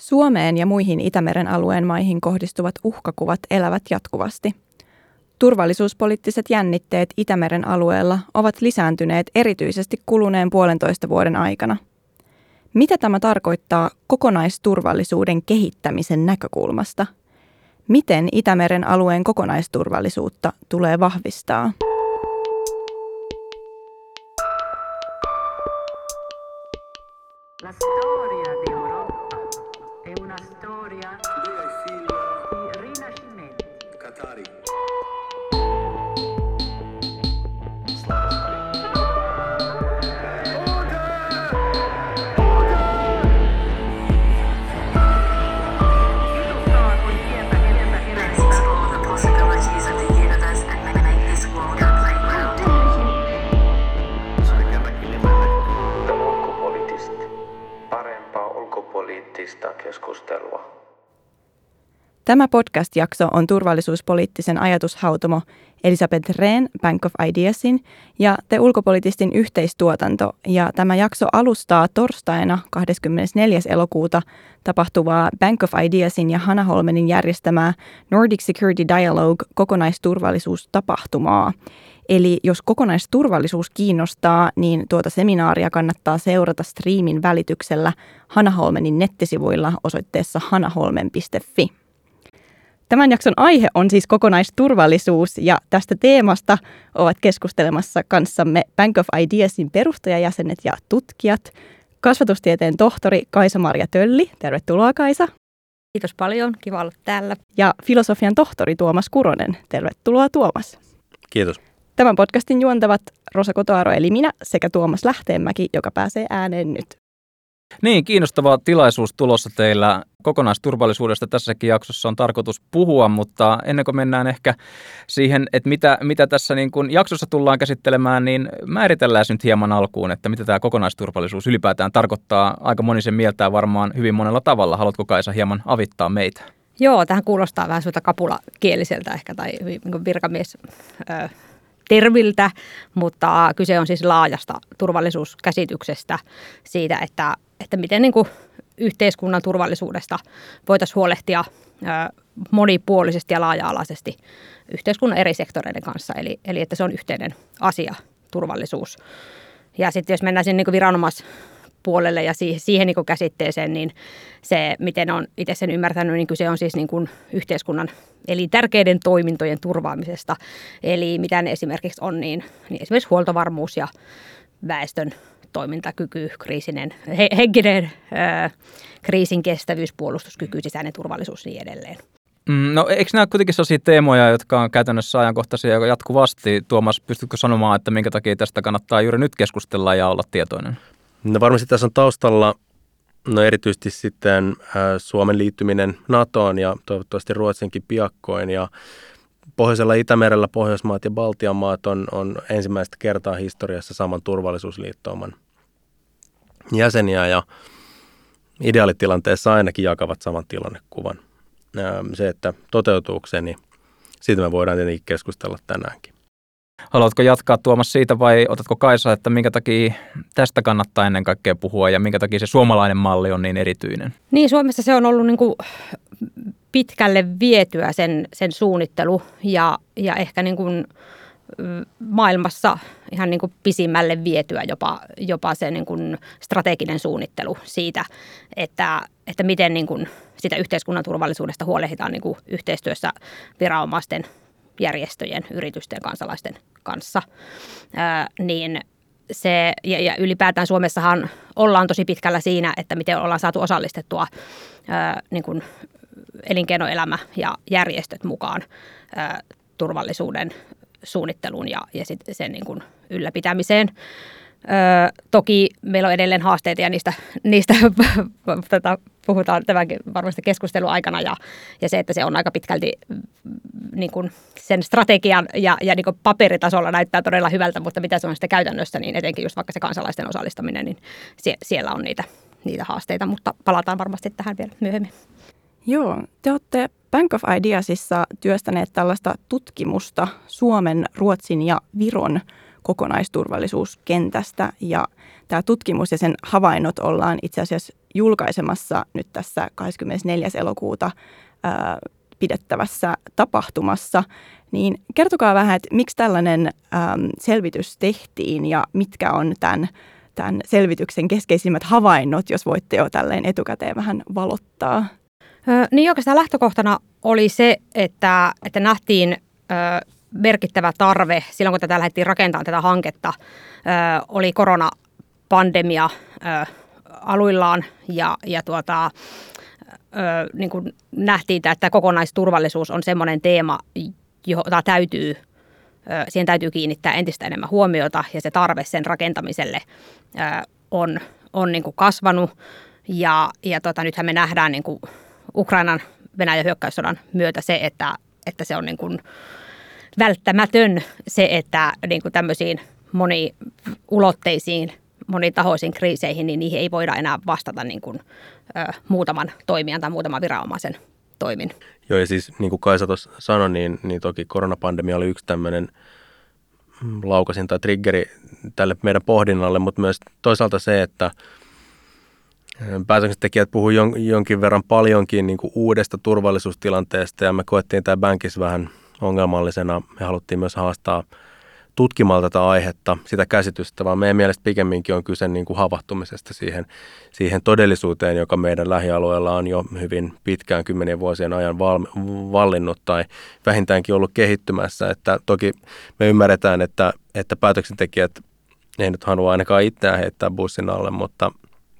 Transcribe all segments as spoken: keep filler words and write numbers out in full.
Suomeen ja muihin Itämeren alueen maihin kohdistuvat uhkakuvat elävät jatkuvasti. Turvallisuuspoliittiset jännitteet Itämeren alueella ovat lisääntyneet erityisesti kuluneen puolentoista vuoden aikana. Mitä tämä tarkoittaa kokonaisturvallisuuden kehittämisen näkökulmasta? Miten Itämeren alueen kokonaisturvallisuutta tulee vahvistaa? La storia di Europa è una storia di rinascimento. Qatari. Keskustelua. Tämä podcast-jakso on turvallisuuspoliittisen ajatushautomo Elisabeth Rehn Bank of Ideasin ja The Ulkopoliitistin yhteistuotanto, ja tämä jakso alustaa torstaina kahdeskymmenesneljäs elokuuta tapahtuvaa Bank of Ideasin ja Hanna Holmenin järjestämää Nordic Security Dialogue kokonaisturvallisuustapahtumaa. Eli jos kokonaisturvallisuus kiinnostaa, niin tuota seminaaria kannattaa seurata striimin välityksellä Hanna Holmenin nettisivuilla osoitteessa hannaholmen piste fi. Tämän jakson aihe on siis kokonaisturvallisuus, ja tästä teemasta ovat keskustelemassa kanssamme Bank of Ideasin perustajajäsenet ja tutkijat, kasvatustieteen tohtori Kaisa-Maria Tölli. Tervetuloa, Kaisa. Kiitos paljon, kiva olla täällä. Ja filosofian tohtori Tuomas Kuronen. Tervetuloa, Tuomas. Kiitos. Tämän podcastin juontavat Rosa Kotoaro eli minä sekä Tuomas Lähteenmäki, joka pääsee ääneen nyt. Niin, kiinnostava tilaisuus tulossa teillä. Kokonaisturvallisuudesta tässäkin jaksossa on tarkoitus puhua, mutta ennen kuin mennään ehkä siihen, että mitä, mitä tässä niin kuin jaksossa tullaan käsittelemään, niin määritellään nyt hieman alkuun, että mitä tämä kokonaisturvallisuus ylipäätään tarkoittaa. Aika moni sen mieltää varmaan hyvin monella tavalla. Haluatko, Kaisa, hieman avittaa meitä? Joo, tähän kuulostaa vähän sellaista kapulakieliseltä ehkä tai virkamies terviltä, mutta kyse on siis laajasta turvallisuuskäsityksestä siitä, että, että miten niin kuin yhteiskunnan turvallisuudesta voitaisiin huolehtia monipuolisesti ja laaja-alaisesti yhteiskunnan eri sektoreiden kanssa, eli, eli että se on yhteinen asia, turvallisuus. Ja sitten jos mennään sinne niin kuin viranomaispuolelle ja siihen, siihen niin kuin käsitteeseen, niin se, miten on itse sen ymmärtänyt, niin kyse on siis niin kuin yhteiskunnan eli tärkeiden toimintojen turvaamisesta. Eli mitä ne esimerkiksi on, niin, niin esimerkiksi huoltovarmuus ja väestön toimintakyky, kriisinen, he, henkinen ää, kriisin kestävyys, puolustuskyky, sisäinen turvallisuus ja niin edelleen. No eikö nämä kuitenkin sellaisia teemoja, jotka on käytännössä ajankohtaisia jatkuvasti? Tuomas, pystytkö sanomaan, että minkä takia tästä kannattaa juuri nyt keskustella ja olla tietoinen? No varmasti tässä on taustalla no erityisesti sitten äh, Suomen liittyminen NATOon ja toivottavasti Ruotsinkin piakkoin. Ja Pohjoisella Itämerellä Pohjoismaat ja Baltian maat on, on ensimmäistä kertaa historiassa saman turvallisuusliittouman jäseniä ja ideaalitilanteessa ainakin jakavat saman tilannekuvan. Äh, se, että toteutuuko se, niin siitä me voidaan tietenkin keskustella tänäänkin. Haluatko jatkaa, Tuomas, siitä vai otatko, Kaisa, että minkä takia tästä kannattaa ennen kaikkea puhua ja minkä takia se suomalainen malli on niin erityinen? Niin, Suomessa se on ollut niin kuin pitkälle vietyä sen, sen suunnittelu ja, ja ehkä niin kuin maailmassa ihan niin kuin pisimmälle vietyä jopa, jopa se niin kuin strateginen suunnittelu siitä, että, että miten niin kuin sitä yhteiskunnan turvallisuudesta huolehditaan niin kuin yhteistyössä viranomaisten, järjestöjen, yritysten ja kansalaisten kanssa, Ää, niin se, ja, ja ylipäätään Suomessahan ollaan tosi pitkällä siinä, että miten ollaan saatu osallistettua ää, niin kuin elinkeinoelämä ja järjestöt mukaan ää, turvallisuuden suunnitteluun ja, ja sit sen niin kuin ylläpitämiseen. Öö, toki meillä on edelleen haasteita ja niistä, niistä tota, puhutaan tämänkin varmasti keskustelun aikana ja, ja se, että se on aika pitkälti niin kuin sen strategian ja, ja niin kuin paperitasolla näyttää todella hyvältä, mutta mitä se on sitten käytännössä, niin etenkin just vaikka se kansalaisten osallistaminen, niin sie, siellä on niitä, niitä haasteita, mutta palataan varmasti tähän vielä myöhemmin. Joo, te olette Bank of Ideasissa työstäneet tällaista tutkimusta Suomen, Ruotsin ja Viron kokonaisturvallisuuskentästä, ja tämä tutkimus ja sen havainnot ollaan itse asiassa julkaisemassa nyt tässä kahdeskymmenesneljäs elokuuta ää, pidettävässä tapahtumassa. Niin kertokaa vähän, että miksi tällainen äm, selvitys tehtiin ja mitkä on tämän, tämän selvityksen keskeisimmät havainnot, jos voitte jo tälleen etukäteen vähän valottaa. Ö, niin oikeastaan lähtökohtana oli se, että, että nähtiin ö, merkittävä tarve silloin, kun tätä lähdettiin rakentamaan tätä hanketta. Ö, oli koronapandemia ö, aluillaan ja, ja tuota, ö, niin kuin nähtiin, että kokonaisturvallisuus on semmoinen teema, jota täytyy, siihen täytyy kiinnittää entistä enemmän huomiota ja se tarve sen rakentamiselle on, on niin kuin kasvanut. Ja, ja tota, nythän me nähdään niin kuin Ukrainan Venäjän hyökkäyssodan myötä se, että, että se on niin kuin välttämätön se, että niin kuin tämmöisiin moniulotteisiin, monitahoisiin kriiseihin, niin niihin ei voida enää vastata niin kuin, ö, muutaman toimijan tai muutaman viranomaisen toimin. Joo, ja siis niin kuin Kaisa tuossa sanoi, niin, niin toki koronapandemia oli yksi tämmöinen laukasin tai triggeri tälle meidän pohdinnalle, mutta myös toisaalta se, että päätöksentekijät puhui jon, jonkin verran paljonkin niin kuin uudesta turvallisuustilanteesta, ja me koettiin tämä Bankis vähän ongelmallisena. Me haluttiin myös haastaa tutkimaan tätä aihetta, sitä käsitystä, vaan meidän mielestä pikemminkin on kyse niin kuin havahtumisesta siihen, siihen todellisuuteen, joka meidän lähialueella on jo hyvin pitkään kymmenien vuosien ajan val, vallinnut tai vähintäänkin ollut kehittymässä. Että toki me ymmärretään, että, että päätöksentekijät ei nyt halua ainakaan itseään heittää bussin alle, mutta,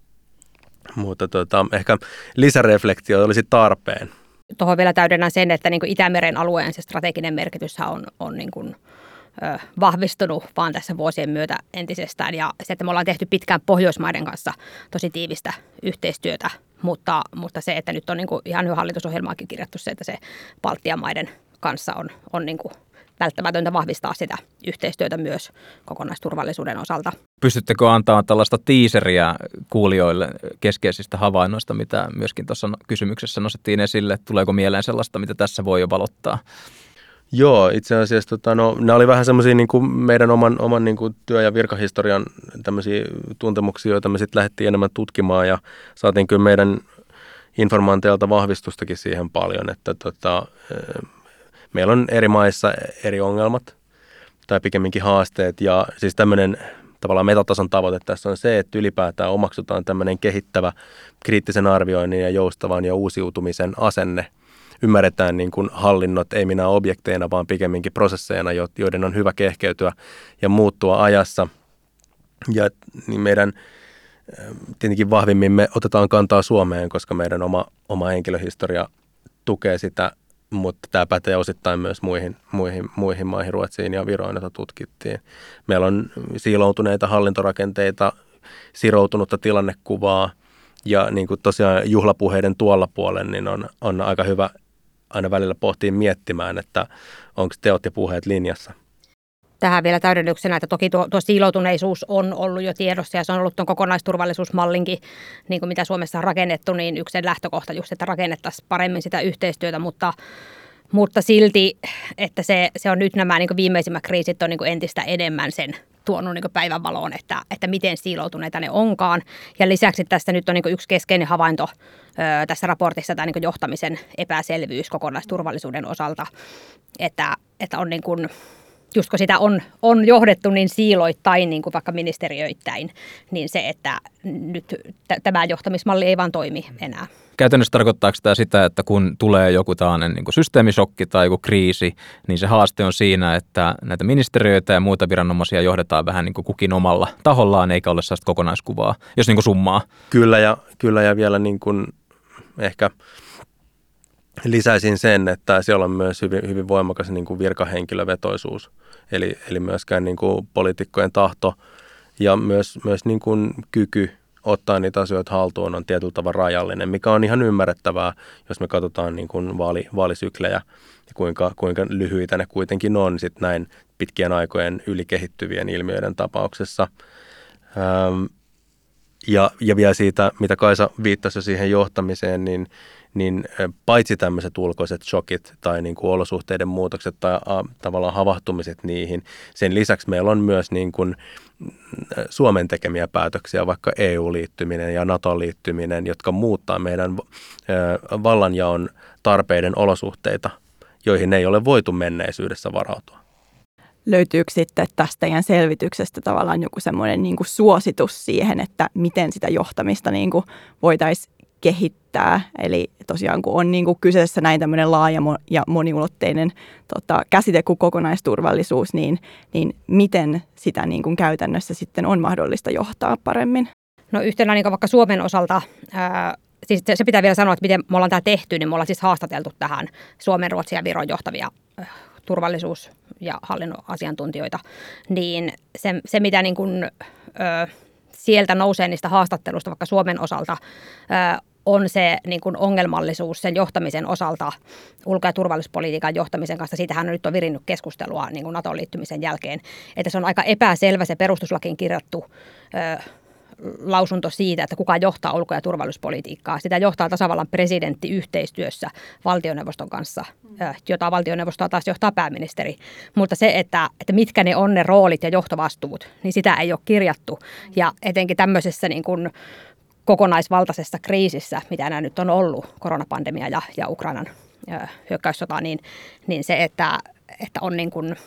mutta tota, ehkä lisäreflektio olisi tarpeen. Tuohon vielä täydennän sen, että niin kuin Itämeren alueen se strateginen merkitys on, on niin kuin vahvistunut vaan tässä vuosien myötä entisestään. Ja se, että me ollaan tehty pitkään Pohjoismaiden kanssa tosi tiivistä yhteistyötä, mutta, mutta se, että nyt on niin kuin ihan jo hallitusohjelmaakin kirjattu se, että se Baltian maiden kanssa on, on niin kuin välttämätöntä vahvistaa sitä yhteistyötä myös kokonaisturvallisuuden osalta. Pystyttekö antaa tällaista tiiseriä kuulijoille keskeisistä havainnoista, mitä myöskin tuossa kysymyksessä nostettiin esille? Tuleeko mieleen sellaista, mitä tässä voi jo valottaa? Joo, itse asiassa tota, no, nämä oli vähän semmoisia niin kuin meidän oman, oman niin kuin työ- ja virkahistorian tämmöisiä tuntemuksia, joita me sitten lähdettiin enemmän tutkimaan ja saatiin kyllä meidän informanteilta vahvistustakin siihen paljon, että tota, meillä on eri maissa eri ongelmat tai pikemminkin haasteet ja siis tämmöinen tavallaan metatason tavoite tässä on se, että ylipäätään omaksutaan tämmöinen kehittävä kriittisen arvioinnin ja joustavan ja uusiutumisen asenne. Ymmärretään niin kuin hallinnot ei minä objekteina, vaan pikemminkin prosesseina, joiden on hyvä kehkeytyä ja muuttua ajassa. Ja niin meidän tietenkin vahvimmin me otetaan kantaa Suomeen, koska meidän oma, oma henkilöhistoria tukee sitä, mutta tämä pätee osittain myös muihin, muihin, muihin maihin, Ruotsiin ja Viroon, joita tutkittiin. Meillä on siiloutuneita hallintorakenteita, siroutunutta tilannekuvaa ja niin kuin tosiaan juhlapuheiden tuolla puolen, niin on, on aika hyvä aina välillä pohtia miettimään, että onko teot ja puheet linjassa. Tähän vielä täydennyksenä, että toki tuo, tuo siiloutuneisuus on ollut jo tiedossa ja se on ollut tuon kokonaisturvallisuusmallinkin, niin kuin mitä Suomessa on rakennettu, niin yksi sen lähtökohta just, että rakennettaisiin paremmin sitä yhteistyötä, mutta, mutta silti, että se, se on nyt nämä niin kuin viimeisimmät kriisit on niin kuin entistä enemmän sen tuonut niin kuin päivänvaloon, että, että miten siiloutuneita ne onkaan. Ja lisäksi tässä nyt on niin kuin yksi keskeinen havainto ö, tässä raportissa, tämä niin kuin johtamisen epäselvyys kokonaisturvallisuuden osalta, että, että on niin kuin just kun sitä on, on johdettu niin siiloittain, niin kuin vaikka ministeriöittäin, niin se, että nyt t- tämä johtamismalli ei vaan toimi enää. Käytännössä tarkoittaako tämä sitä, että kun tulee joku tällainen niin kuin systeemisokki tai joku kriisi, niin se haaste on siinä, että näitä ministeriöitä ja muita viranomaisia johdetaan vähän niin kuin kukin omalla tahollaan, eikä ole sellaista kokonaiskuvaa, jos niin kuin summaa? Kyllä ja, kyllä ja vielä niin kuin ehkä lisäisin sen, että siellä on myös hyvin, hyvin voimakas niin kuin virkahenkilövetoisuus, eli, eli myöskään niin kuin poliitikkojen tahto ja myös, myös niin kuin kyky ottaa niitä asioita haltuun on tietyllä tavalla rajallinen, mikä on ihan ymmärrettävää, jos me katsotaan niin kuin vaali, vaalisyklejä ja kuinka, kuinka lyhyitä ne kuitenkin on sit näin pitkien aikojen ylikehittyvien ilmiöiden tapauksessa. Ähm, Ja, ja vielä siitä, mitä Kaisa viittasi jo siihen johtamiseen, niin, niin paitsi tämmöiset ulkoiset shokit tai niin kuin olosuhteiden muutokset tai a, tavallaan havahtumiset niihin, sen lisäksi meillä on myös niin kuin Suomen tekemiä päätöksiä, vaikka E U-liittyminen ja NATO-liittyminen, jotka muuttaa meidän vallanjaon tarpeiden olosuhteita, joihin ei ole voitu menneisyydessä varautua. Löytyykö sitten tästä teidän selvityksestä tavallaan joku semmoinen niin kuin suositus siihen, että miten sitä johtamista niin kuin voitaisiin kehittää? Eli tosiaan kun on niin kuin kyseessä näin tämmöinen laaja ja moniulotteinen tota, käsite kuin kokonaisturvallisuus, niin, niin miten sitä niin kuin käytännössä sitten on mahdollista johtaa paremmin? No yhtenä niin vaikka Suomen osalta, ää, siis se pitää vielä sanoa, että miten me ollaan tämä tehty, niin me ollaan siis haastateltu tähän Suomen, Ruotsin ja Viron johtavia turvallisuus- ja hallinnon asiantuntijoita, niin se, se mitä niin kuin, ö, sieltä nousee niistä haastattelusta vaikka Suomen osalta, ö, on se niin kuin ongelmallisuus sen johtamisen osalta, ulko- ja turvallisuuspolitiikan johtamisen kanssa. Siitähän on nyt on virinnyt keskustelua niin kuin NATOn liittymisen jälkeen, että se on aika epäselvä se perustuslakiin kirjattu ö, lausunto siitä, että kuka johtaa ulko- ja turvallisuuspolitiikkaa. Sitä johtaa tasavallan presidentti yhteistyössä valtioneuvoston kanssa, jota valtioneuvostoa taas johtaa pääministeri. Mutta se, että, että mitkä ne on ne roolit ja johtovastuut, niin sitä ei ole kirjattu. Ja etenkin tämmöisessä niin kuin kokonaisvaltaisessa kriisissä, mitä nämä nyt on ollut, koronapandemia ja, ja Ukrainan hyökkäyssota, niin, niin se, että, että on niin kuin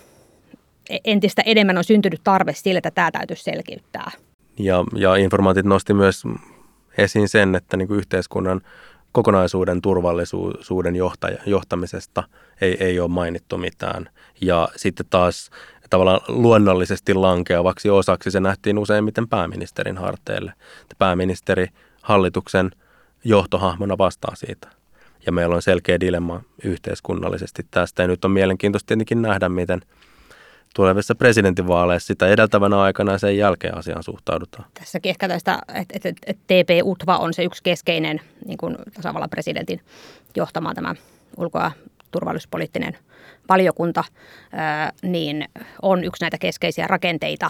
entistä enemmän on syntynyt tarve sille, että tämä täytyisi selkiyttää. Ja, ja informaatit nosti myös esiin sen, että niin kuin yhteiskunnan kokonaisuuden turvallisuuden johtaja, johtamisesta ei, ei ole mainittu mitään. Ja sitten taas tavallaan luonnollisesti lankeavaksi osaksi se nähtiin useimmiten pääministerin harteille. Pääministeri hallituksen johtohahmona vastaa siitä. Ja meillä on selkeä dilemma yhteiskunnallisesti tästä. Ja nyt on mielenkiintoista tietenkin nähdä, miten tulevissa presidentinvaaleissa sitä edeltävänä aikana ja sen jälkeen asiaan suhtaudutaan. Tässäkin ehkä tästä, että et, et, et T P-UTVA on se yksi keskeinen niin kuin tasavallan presidentin johtama tämä ulko- ja turvallisuuspoliittinen valiokunta, ää, niin on yksi näitä keskeisiä rakenteita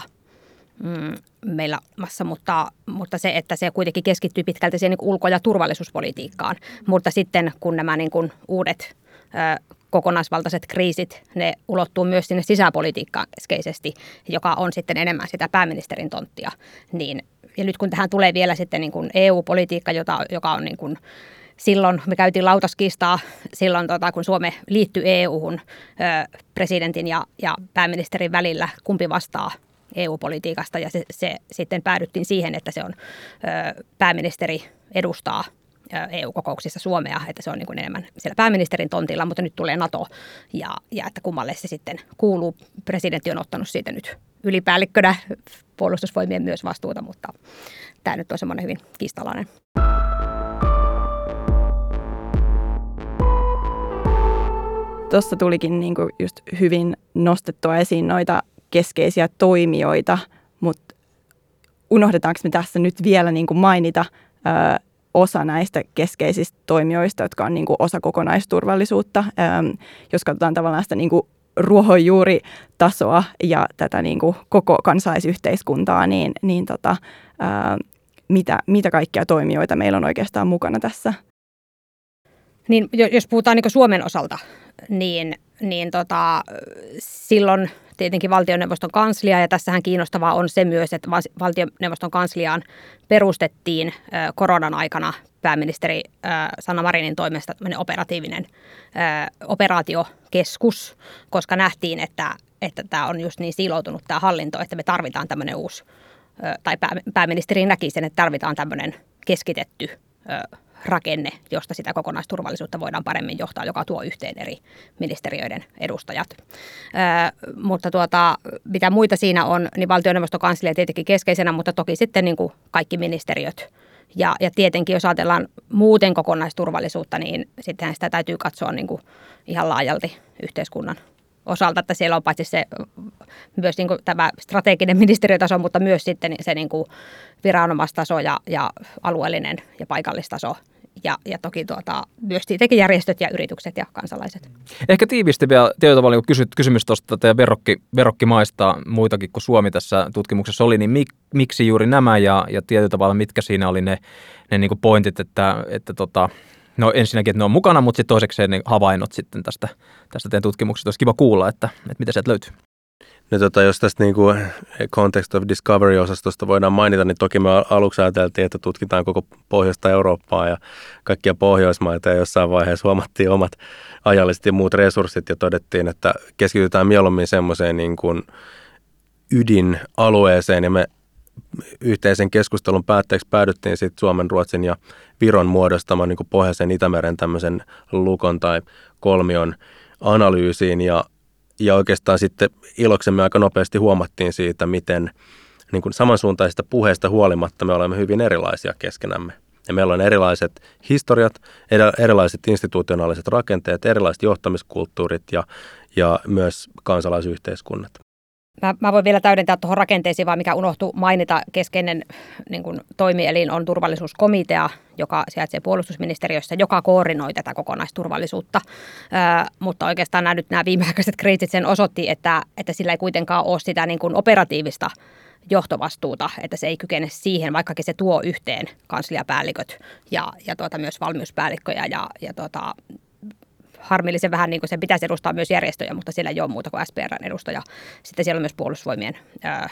mm, meillä massa, mutta, mutta se, että se kuitenkin keskittyy pitkälti siihen niin kuin ulko- ja turvallisuuspolitiikkaan. Mutta sitten kun nämä niin kuin uudet ää, kokonaisvaltaiset kriisit, ne ulottuu myös sinne sisäpolitiikkaan keskeisesti, joka on sitten enemmän sitä pääministerin tonttia. Niin, ja nyt kun tähän tulee vielä sitten niin kuin E U-politiikka, jota, joka on niin kuin silloin, me käytiin lautaskistaa silloin, tota, kun Suomi liittyi E U-hun ö, presidentin ja, ja pääministerin välillä, kumpi vastaa E U-politiikasta, ja se, se sitten päädyttiin siihen, että se on ö, pääministeri edustaa E U-kokouksissa Suomea, että se on niin kuin enemmän siellä pääministerin tontilla, mutta nyt tulee NATO ja, ja että kummalle se sitten kuuluu. Presidentti on ottanut siitä nyt ylipäällikkönä puolustusvoimien myös vastuuta, mutta tämä nyt on semmoinen hyvin kiistalainen. Tuossa tulikin niin kuin just hyvin nostettua esiin noita keskeisiä toimijoita, mutta unohdetaanko me tässä nyt vielä niin kuin mainita ää, osa näistä keskeisistä toimijoista, jotka on niin kuin osa kokonaisturvallisuutta. Ähm, jos katsotaan tavallaan sitä niin kuin ruohonjuuritasoa ja tätä niin kuin koko kansalaisyhteiskuntaa, niin, niin tota, äh, mitä, mitä kaikkia toimijoita meillä on oikeastaan mukana tässä? Niin, jos puhutaan niin kuin Suomen osalta, niin, niin tota, silloin tietenkin valtioneuvoston kanslia, ja tässähän kiinnostavaa on se myös, että valtioneuvoston kansliaan perustettiin koronan aikana pääministeri Sanna Marinin toimesta operatiivinen operaatiokeskus, koska nähtiin, että, että tämä on just niin siiloutunut tämä hallinto, että me tarvitaan tämmöinen uusi, tai pääministeri näki sen, että tarvitaan tämmöinen keskitetty rakenne, josta sitä kokonaisturvallisuutta voidaan paremmin johtaa, joka tuo yhteen eri ministeriöiden edustajat. Ö, mutta tuota, mitä muita siinä on, niin valtioneuvoston kanslia tietenkin keskeisenä, mutta toki sitten niin kuin kaikki ministeriöt. Ja, ja tietenkin, jos ajatellaan muuten kokonaisturvallisuutta, niin sittenhän sitä täytyy katsoa niin kuin ihan laajalti yhteiskunnan osalta, että siellä on paitsi se myös niin kuin tämä strateginen ministeriötaso, mutta myös sitten se niin kuin viranomaistaso ja, ja alueellinen ja paikallistaso ja, ja toki tuota, myös tietenkin järjestöt ja yritykset ja kansalaiset. Ehkä tiivisti vielä tietyllä tavalla, kun kysyt, kysymys tuosta teidän verrokki, verrokkimaista, muitakin kuin Suomi tässä tutkimuksessa oli, niin mik, miksi juuri nämä ja, ja tietyllä tavalla mitkä siinä oli ne, ne niin kuin pointit, että, että tota, no ensinnäkin, että ne on mukana, mutta sitten toisekseen ne havainnot sitten tästä, tästä teidän tutkimuksesta. Olisi kiva kuulla, että, että mitä sieltä löytyy. No tota, jos tästä niin kuin Context of Discovery-osastosta voidaan mainita, niin toki me aluksi ajateltiin, että tutkitaan koko pohjoista Eurooppaa ja kaikkia Pohjoismaita ja jossain vaiheessa huomattiin omat ajalliset ja muut resurssit ja todettiin, että keskitytään mieluummin semmoiseen niin kuin ydinalueeseen ja me yhteisen keskustelun päätteeksi päädyttiin sitten Suomen, Ruotsin ja Viron muodostamaan niin kuin Pohjoisen Itämeren tämmöisen lukon tai kolmion analyysiin ja Ja oikeastaan sitten iloksemme aika nopeasti huomattiin siitä, miten niin kuin samansuuntaisista puheista huolimatta me olemme hyvin erilaisia keskenämme. Ja meillä on erilaiset historiat, erilaiset institutionaaliset rakenteet, erilaiset johtamiskulttuurit ja, ja myös kansalaisyhteiskunnat. Mä, mä voin vielä täydentää tuohon rakenteisiin, vaan mikä unohtui mainita, keskeinen niin kuin toimielin on turvallisuuskomitea, joka sijaitsee puolustusministeriössä, joka koordinoi tätä kokonaisturvallisuutta. Ö, mutta oikeastaan nämä, nyt nämä viimeaikaiset kriisit sen osoitti, että, että sillä ei kuitenkaan ole sitä niin kuin operatiivista johtovastuuta, että se ei kykene siihen, vaikkakin se tuo yhteen kansliapäälliköt ja, ja tuota, myös valmiuspäällikköjä ja, ja tuota, harmillisen vähän niin kuin sen pitäisi edustaa myös järjestöjä, mutta siellä ei ole muuta kuin S P R:n edustaja. Sitten siellä on myös puolustusvoimien ää,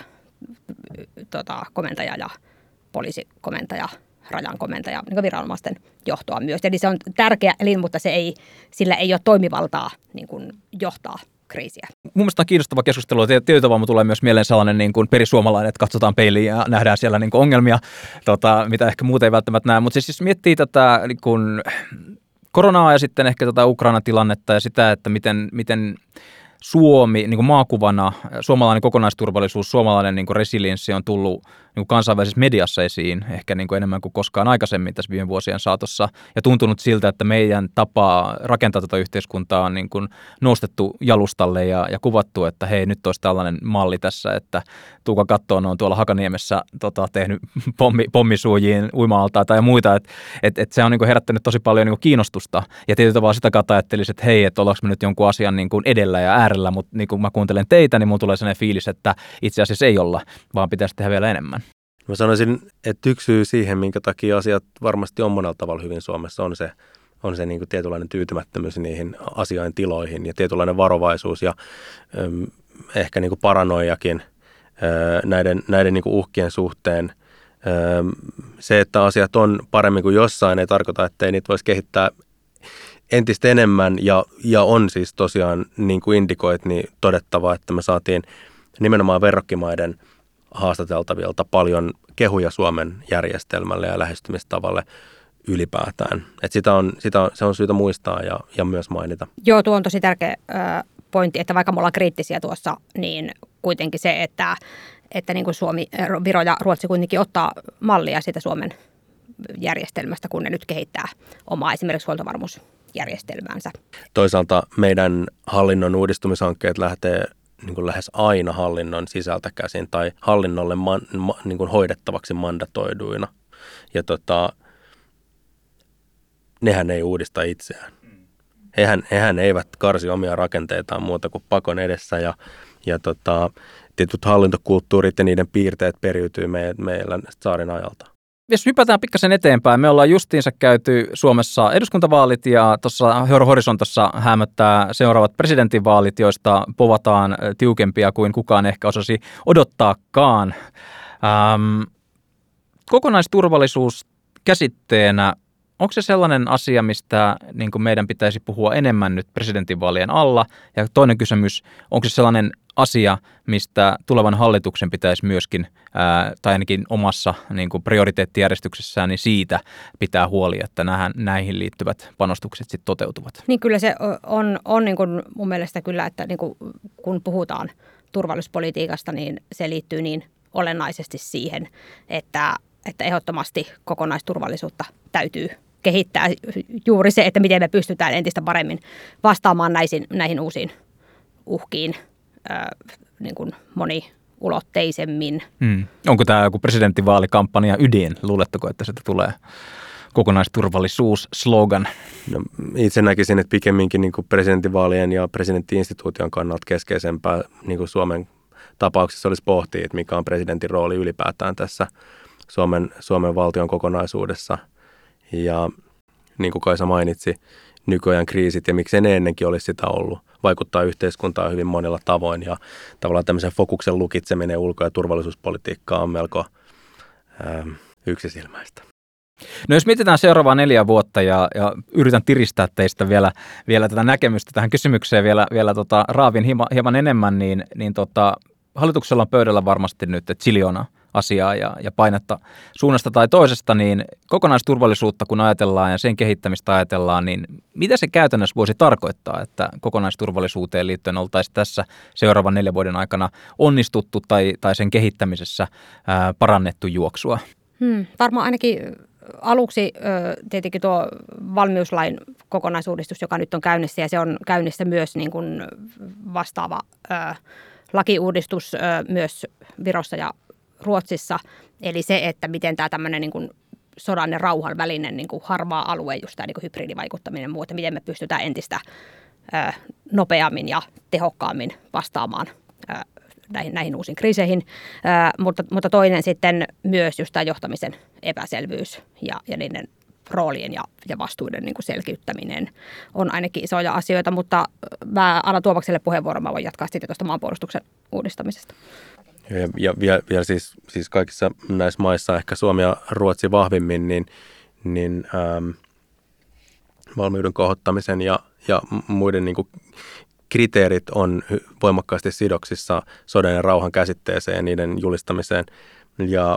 tota, komentaja ja poliisikomentaja, rajan komentaja, niin kuin viranomaisten johtoa myös. Eli se on tärkeä elin, mutta se ei, sillä ei ole toimivaltaa niin kuin johtaa kriisiä. Mun mielestä on kiinnostava keskustelu. Tietyllä tavalla tulee myös mieleen sellainen niin kuin perisuomalainen, että katsotaan peiliin ja nähdään siellä niin kuin ongelmia, tota, mitä ehkä muuten ei välttämättä näe. Mutta siis, siis miettii tätä niin kuin koronaa ja sitten ehkä tätä Ukrainan tilannetta ja sitä, että miten, miten Suomi niin kuin maakuvana, suomalainen kokonaisturvallisuus, suomalainen niin kuin resilienssi on tullut niin kuin kansainvälisessä mediassa esiin ehkä niin kuin enemmän kuin koskaan aikaisemmin tässä viime vuosien saatossa. Ja tuntunut siltä, että meidän tapa rakentaa tätä yhteiskuntaa on niin kuin nostettu jalustalle ja, ja kuvattu, että hei, nyt olisi tällainen malli tässä, että Tuuka Kattoon on tuolla Hakaniemessä tota, tehnyt pommi, pommisuojiin uima-altaa tai muita. Että et, et se on niin kuin herättänyt tosi paljon niin kuin kiinnostusta. Ja tietyllä tavalla sitä kautta ajattelisin, että hei, että ollaanko me nyt jonkun asian niin kuin edellä ja äärellä, mutta niin kun mä kuuntelen teitä, niin mulla tulee sellainen fiilis, että itse asiassa ei olla, vaan pitäisi tehdä vielä enemmän. Mä sanoisin, että yksi syy siihen, minkä takia asiat varmasti on monella tavalla hyvin Suomessa, on se, on se niin kuin tietynlainen tyytymättömyys niihin asiain tiloihin ja tietynlainen varovaisuus ja äm, ehkä niin kuin paranoiakin ää, näiden, näiden niin kuin uhkien suhteen. Äm, se, että asiat on paremmin kuin jossain, ei tarkoita, että ei niitä voisi kehittää entistä enemmän ja, ja on siis tosiaan, niin kuin indikoit, niin todettava, että me saatiin nimenomaan verrokkimaiden haastateltavilta paljon kehuja Suomen järjestelmälle ja lähestymistavalle ylipäätään. Et sitä on, sitä on, se on syytä muistaa ja, ja myös mainita. Joo, tuo on tosi tärkeä ö, pointti, että vaikka me ollaan kriittisiä tuossa, niin kuitenkin se, että, että niin kuin Suomi, Viro ja Ruotsi kuitenkin ottaa mallia siitä Suomen järjestelmästä, kun ne nyt kehittää omaa esimerkiksi huoltovarmuusjärjestelmäänsä. Toisaalta meidän hallinnon uudistumishankkeet lähtee niin kuin lähes aina hallinnon sisältä käsin tai hallinnolle man, ma, niin kuin hoidettavaksi mandatoiduina. Ja tota, nehän ei uudista itseään. Hehän, hehän eivät karsi omia rakenteitaan muuta kuin pakon edessä ja, ja tota, tietyt hallintokulttuurit ja niiden piirteet periytyy me, meillä saarin ajalta. Jos hypätään pikkasen eteenpäin, me ollaan justiinsa käyty Suomessa eduskuntavaalit ja tuossa horisontossa hämöttää seuraavat presidentinvaalit, joista povataan tiukempia kuin kukaan ehkä osasi odottaakaan. Ähm, kokonaisturvallisuus käsitteenä, onko se sellainen asia, mistä niin kuin meidän pitäisi puhua enemmän nyt presidentinvaalien alla? Ja toinen kysymys, onko se sellainen asia, mistä tulevan hallituksen pitäisi myöskin, ää, tai ainakin omassa niin kuin prioriteettijärjestyksessään, niin siitä pitää huoli, että nähän, näihin liittyvät panostukset sitten toteutuvat? Niin kyllä se on, on niin kuin mun mielestä kyllä, että niin kuin kun puhutaan turvallisuuspolitiikasta, niin se liittyy niin olennaisesti siihen, että, että ehdottomasti kokonaisturvallisuutta täytyy kehittää juuri se, että miten me pystytään entistä paremmin vastaamaan näihin, näihin uusiin uhkiin äh, niin kuin moniulotteisemmin. Hmm. Onko tämä joku presidenttivaalikampanja ydin? Luuletteko, että sitä tulee kokonaisturvallisuus-slogan? No, itse näkisin, että pikemminkin niin kuin presidentinvaalien ja presidenttiinstituution kannalta keskeisempää niin kuin Suomen tapauksessa olisi pohtia, että mikä on presidentin rooli ylipäätään tässä Suomen, Suomen valtion kokonaisuudessa. Ja niin kuin Kaisa mainitsi, nykyajan kriisit ja miksei ne ennenkin olisi sitä ollut, vaikuttaa yhteiskuntaan hyvin monilla tavoin ja tavallaan tämmöisen fokuksen lukitseminen ulko- ja turvallisuuspolitiikkaa on melko ää, yksisilmäistä. No jos mietitään seuraavaa neljä vuotta ja, ja yritän tiristää teistä vielä, vielä tätä näkemystä tähän kysymykseen vielä, vielä tota, raavin hieman, hieman enemmän, niin, niin tota, hallituksella on pöydällä varmasti nyt ziljoona asiaa ja, ja painetta suunnasta tai toisesta, niin kokonaisturvallisuutta kun ajatellaan ja sen kehittämistä ajatellaan, niin mitä se käytännössä voisi tarkoittaa, että kokonaisturvallisuuteen liittyen oltaisiin tässä seuraavan neljän vuoden aikana onnistuttu tai, tai sen kehittämisessä ää, parannettu juoksua? Hmm, varmaan ainakin aluksi tietenkin tuo valmiuslain kokonaisuudistus, joka nyt on käynnissä ja se on käynnissä myös niin kuin vastaava ö, lakiuudistus ö, myös Virossa ja Ruotsissa. Eli se, että miten tämä tämmöinen niin kuin sodan ja rauhan välinen niin kuin harmaa alue, just tämä niin kuin hybridivaikuttaminen ja muu, että miten me pystytään entistä ö, nopeammin ja tehokkaammin vastaamaan ö, Näihin, näihin uusiin kriiseihin, Ää, mutta, mutta toinen sitten myös just tämä johtamisen epäselvyys ja, ja niiden roolien ja, ja vastuuden niin kuin selkiyttäminen on ainakin isoja asioita, mutta mä annan Tuomakselle puheenvuoron, mä voin jatkaa sitten tuosta maanpuolustuksen uudistamisesta. Ja, ja vielä, vielä siis, siis kaikissa näissä maissa, ehkä Suomi ja Ruotsi vahvimmin, niin, niin ähm, valmiuden kohottamisen ja, ja muiden niin kuin kriteerit on voimakkaasti sidoksissa sodan ja rauhan käsitteeseen ja niiden julistamiseen. Ja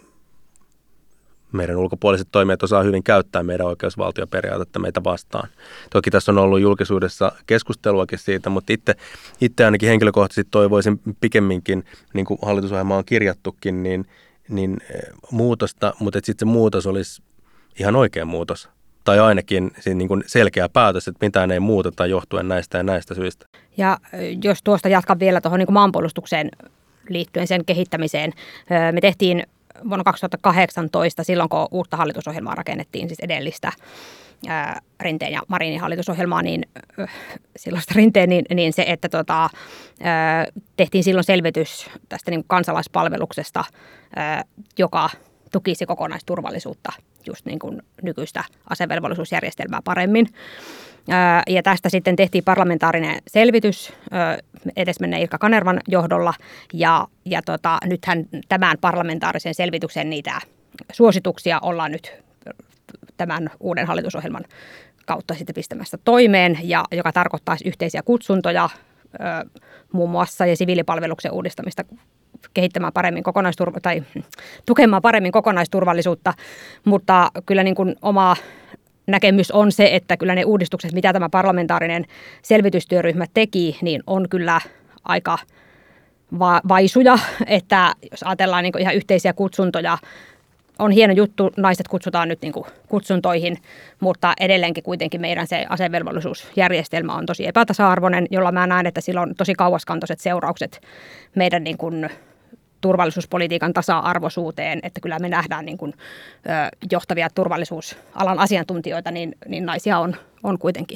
meidän ulkopuoliset toimijat osaa hyvin käyttää meidän oikeusvaltioperiaatetta meitä vastaan. Toki tässä on ollut julkisuudessa keskusteluakin siitä, mutta itse, itse ainakin henkilökohtaisesti toivoisin pikemminkin, niin kuin hallitusohjelma on kirjattukin, niin, niin muutosta, mutta sitten se muutos olisi ihan oikea muutos. Tai ainakin niin kuin selkeä päätös, että mitään ei muuteta johtuen näistä ja näistä syistä. Ja jos tuosta jatkan vielä tuohon niin kuin maanpuolustukseen liittyen sen kehittämiseen. Me tehtiin vuonna kaksituhattakahdeksantoista, silloin kun uutta hallitusohjelmaa rakennettiin, siis edellistä Rinteen ja Marinin hallitusohjelmaa, niin silloista Rinteen, niin, niin se, että tota, tehtiin silloin selvitys tästä niin kuin kansalaispalveluksesta, joka tukisi kokonaisturvallisuutta just niin kuin nykyistä asevelvollisuusjärjestelmää paremmin. Ja tästä sitten tehtiin parlamentaarinen selvitys edesmenneen Ilkka Kanervan johdolla ja, ja tota, nythän tämän parlamentaarisen selvityksen niitä suosituksia ollaan nyt tämän uuden hallitusohjelman kautta sitten pistämässä toimeen, ja joka tarkoittaa yhteisiä kutsuntoja muun muassa ja siviilipalveluksen uudistamista kehittämään paremmin kokonaisturva- tai tukemaan paremmin kokonaisturvallisuutta, mutta kyllä niin kuin oma näkemys on se, että kyllä ne uudistukset, mitä tämä parlamentaarinen selvitystyöryhmä teki, niin on kyllä aika va- vaisuja, että jos ajatellaan niin kuin ihan yhteisiä kutsuntoja, on hieno juttu, naiset kutsutaan nyt niin kuin kutsuntoihin, mutta edelleenkin kuitenkin meidän se asevelvollisuusjärjestelmä on tosi epätasa-arvoinen, jolla mä näen, että sillä on tosi kauaskantoiset seuraukset meidän niin kuin turvallisuuspolitiikan tasa-arvoisuuteen, että kyllä me nähdään niin kuin, ö, johtavia turvallisuusalan asiantuntijoita, niin, niin naisia on, on kuitenkin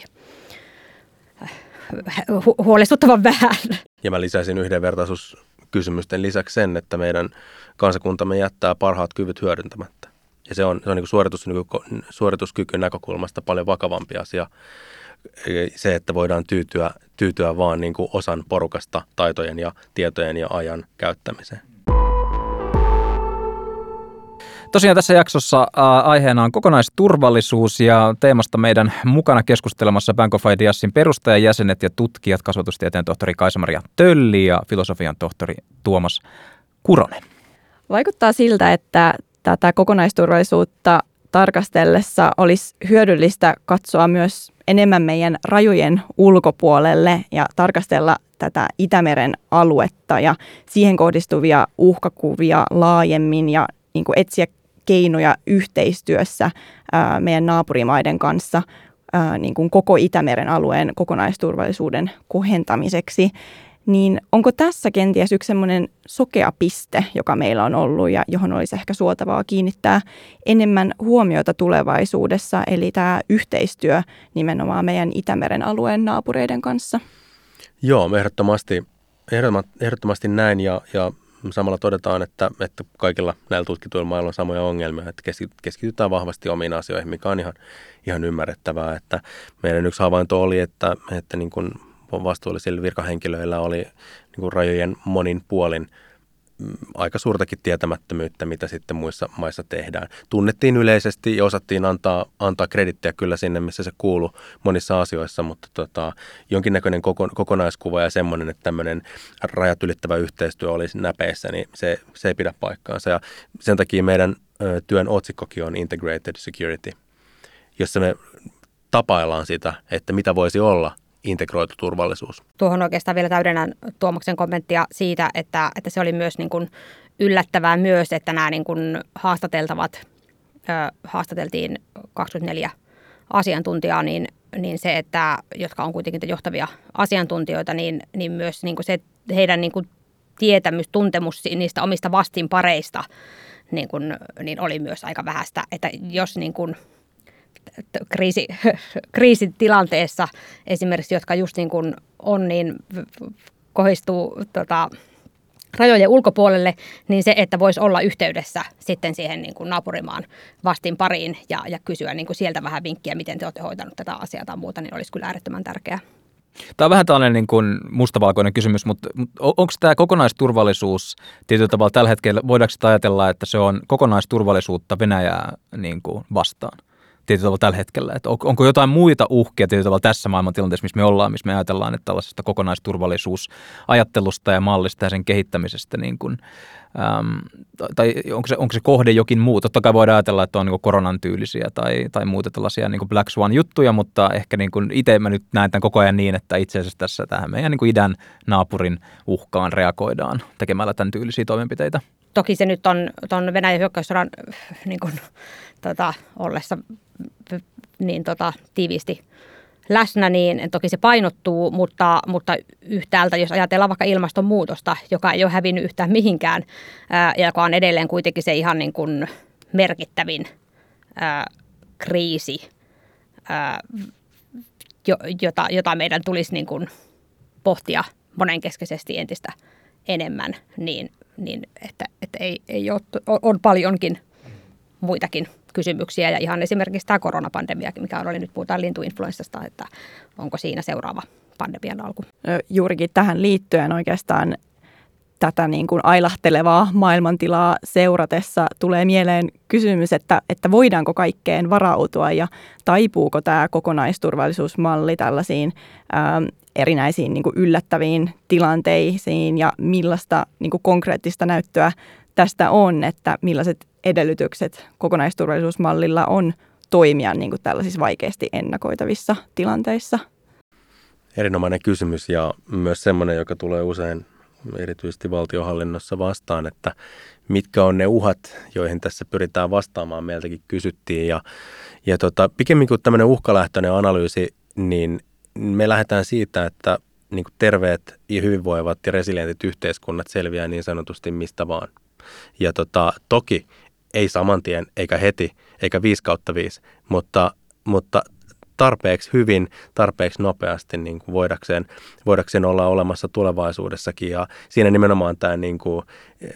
hu- huolestuttavan vähän. Ja mä lisäisin yhdenvertaisuuskysymysten lisäksi sen, että meidän kansakuntamme jättää parhaat kyvyt hyödyntämättä. Ja se on, se on niin kuin suoritus, niin kuin suorituskyky näkökulmasta paljon vakavampi asia. Se, että voidaan tyytyä, tyytyä vaan niin kuin osan porukasta taitojen ja tietojen ja ajan käyttämiseen. Tosiaan tässä jaksossa aiheena on kokonaisturvallisuus ja teemasta meidän mukana keskustelemassa Bank of Ideasin perustajajäsenet ja tutkijat, kasvatustieteen tohtori Kaisa-Maria Tölli ja filosofian tohtori Tuomas Kuronen. Vaikuttaa siltä, että tätä kokonaisturvallisuutta tarkastellessa olisi hyödyllistä katsoa myös enemmän meidän rajojen ulkopuolelle ja tarkastella tätä Itämeren aluetta ja siihen kohdistuvia uhkakuvia laajemmin ja niin kuin etsiä keinoja yhteistyössä ää, meidän naapurimaiden kanssa ää, niin kuin koko Itämeren alueen kokonaisturvallisuuden kohentamiseksi. Niin onko tässä kenties yksi semmoinen sokea piste, joka meillä on ollut ja johon olisi ehkä suotavaa kiinnittää enemmän huomiota tulevaisuudessa, eli tämä yhteistyö nimenomaan meidän Itämeren alueen naapureiden kanssa? Joo, ehdottomasti, ehdottomasti näin ja, ja samalla todetaan, että, että kaikilla näillä tutkituilla mailla on samoja ongelmia, että keskitytään vahvasti omiin asioihin, mikä on ihan, ihan ymmärrettävää. Että meidän yksi havainto oli, että, että niin kuin vastuullisilla virkahenkilöillä oli niin kuin rajojen monin puolin aika suurtakin tietämättömyyttä, mitä sitten muissa maissa tehdään. Tunnettiin yleisesti ja osattiin antaa, antaa kredittiä kyllä sinne, missä se kuuluu monissa asioissa, mutta tota, jonkinnäköinen koko, kokonaiskuva ja semmoinen, että tämmöinen rajat ylittävä yhteistyö olisi näpeissä, niin se, se ei pidä paikkaansa. Ja sen takia meidän ö, työn otsikkokin on Integrated Security, jossa me tapaillaan sitä, että mitä voisi olla integroitu turvallisuus. Tuohon oikeastaan vielä täydennän Tuomaksen kommenttia siitä, että, että se oli myös niin kuin yllättävää myös, että nämä niin kuin haastateltavat, ö, haastateltiin kaksikymmentäneljä asiantuntijaa, niin, niin se, että jotka on kuitenkin johtavia asiantuntijoita, niin, niin myös niin kuin se heidän niin kuin tietämys, tuntemus niistä omista vastinpareista niin kuin, niin oli myös aika vähäistä, että jos niin kuin Kriisi, kriisitilanteessa esimerkiksi, jotka just niin kuin on, niin kohdistuu tota, rajojen ulkopuolelle, niin se, että voisi olla yhteydessä sitten siihen niin kuin naapurimaan vastin pariin ja, ja kysyä niin kuin sieltä vähän vinkkiä, miten te olette hoitanut tätä asiaa tai muuta, niin olisi kyllä äärettömän tärkeää. Tämä on vähän tällainen niin kuin mustavalkoinen kysymys, mutta onko tämä kokonaisturvallisuus tietyllä tavalla tällä hetkellä, voidaanko ajatella, että se on kokonaisturvallisuutta Venäjää niin kuin vastaan? Tietyllä tavalla tällä hetkellä. Että onko jotain muita uhkia tietyllä tavalla tässä maailmantilanteessa, missä me ollaan, missä me ajatellaan, että tällaisesta kokonaisturvallisuusajattelusta ja mallista ja sen kehittämisestä, niin kuin, äm, tai onko se, onko se kohde jokin muu? Totta kai voidaan ajatella, että on niin kuin koronan tyylisiä tai, tai muuta tällaisia niin kuin Black Swan-juttuja, mutta ehkä niin kuin itse mä nyt näen tämän koko ajan niin, että itse asiassa tässä tähän meidän niin kuin idän naapurin uhkaan reagoidaan tekemällä tämän tyylisiä toimenpiteitä. Toki se nyt on tuon Venäjän hyökkäyssodan niin kuin, tota, ollessa niin, tota, tiiviisti läsnä, niin toki se painottuu, mutta, mutta yhtäältä, jos ajatellaan vaikka ilmastonmuutosta, joka ei ole hävinnyt yhtään mihinkään, ää, ja joka on edelleen kuitenkin se ihan niin kuin merkittävin ää, kriisi, ää, jo, jota, jota meidän tulisi niin kuin pohtia monenkeskeisesti entistä enemmän, niin, niin että, että ei, ei ole, on paljonkin muitakin kysymyksiä ja ihan esimerkiksi tämä koronapandemia, mikä oli nyt, puhutaan lintuinfluenssasta, että onko siinä seuraava pandemian alku. Juurikin tähän liittyen oikeastaan tätä niin kuin ailahtelevaa maailmantilaa seuratessa tulee mieleen kysymys, että, että voidaanko kaikkeen varautua ja taipuuko tämä kokonaisturvallisuusmalli tällaisiin ää, erinäisiin niin kuin yllättäviin tilanteisiin ja millaista niin kuin konkreettista näyttöä tästä on, että millaiset edellytykset kokonaisturvallisuusmallilla on toimia niin kuin tällaisissa vaikeasti ennakoitavissa tilanteissa? Erinomainen kysymys ja myös semmoinen, joka tulee usein erityisesti valtionhallinnossa vastaan, että mitkä on ne uhat, joihin tässä pyritään vastaamaan, meiltäkin kysyttiin. Ja, ja tota, pikemmin kuin tämmöinen uhkalähtöinen analyysi, niin me lähdetään siitä, että niin kuin terveet ja hyvinvoivat ja resilientit yhteiskunnat selviää niin sanotusti mistä vaan. Ja tota, toki ei saman tien, eikä heti, eikä viisi kautta viisi, mutta, mutta tarpeeksi hyvin, tarpeeksi nopeasti niin kuin voidakseen, voidakseen olla olemassa tulevaisuudessakin. Ja siinä nimenomaan tämä niin kuin,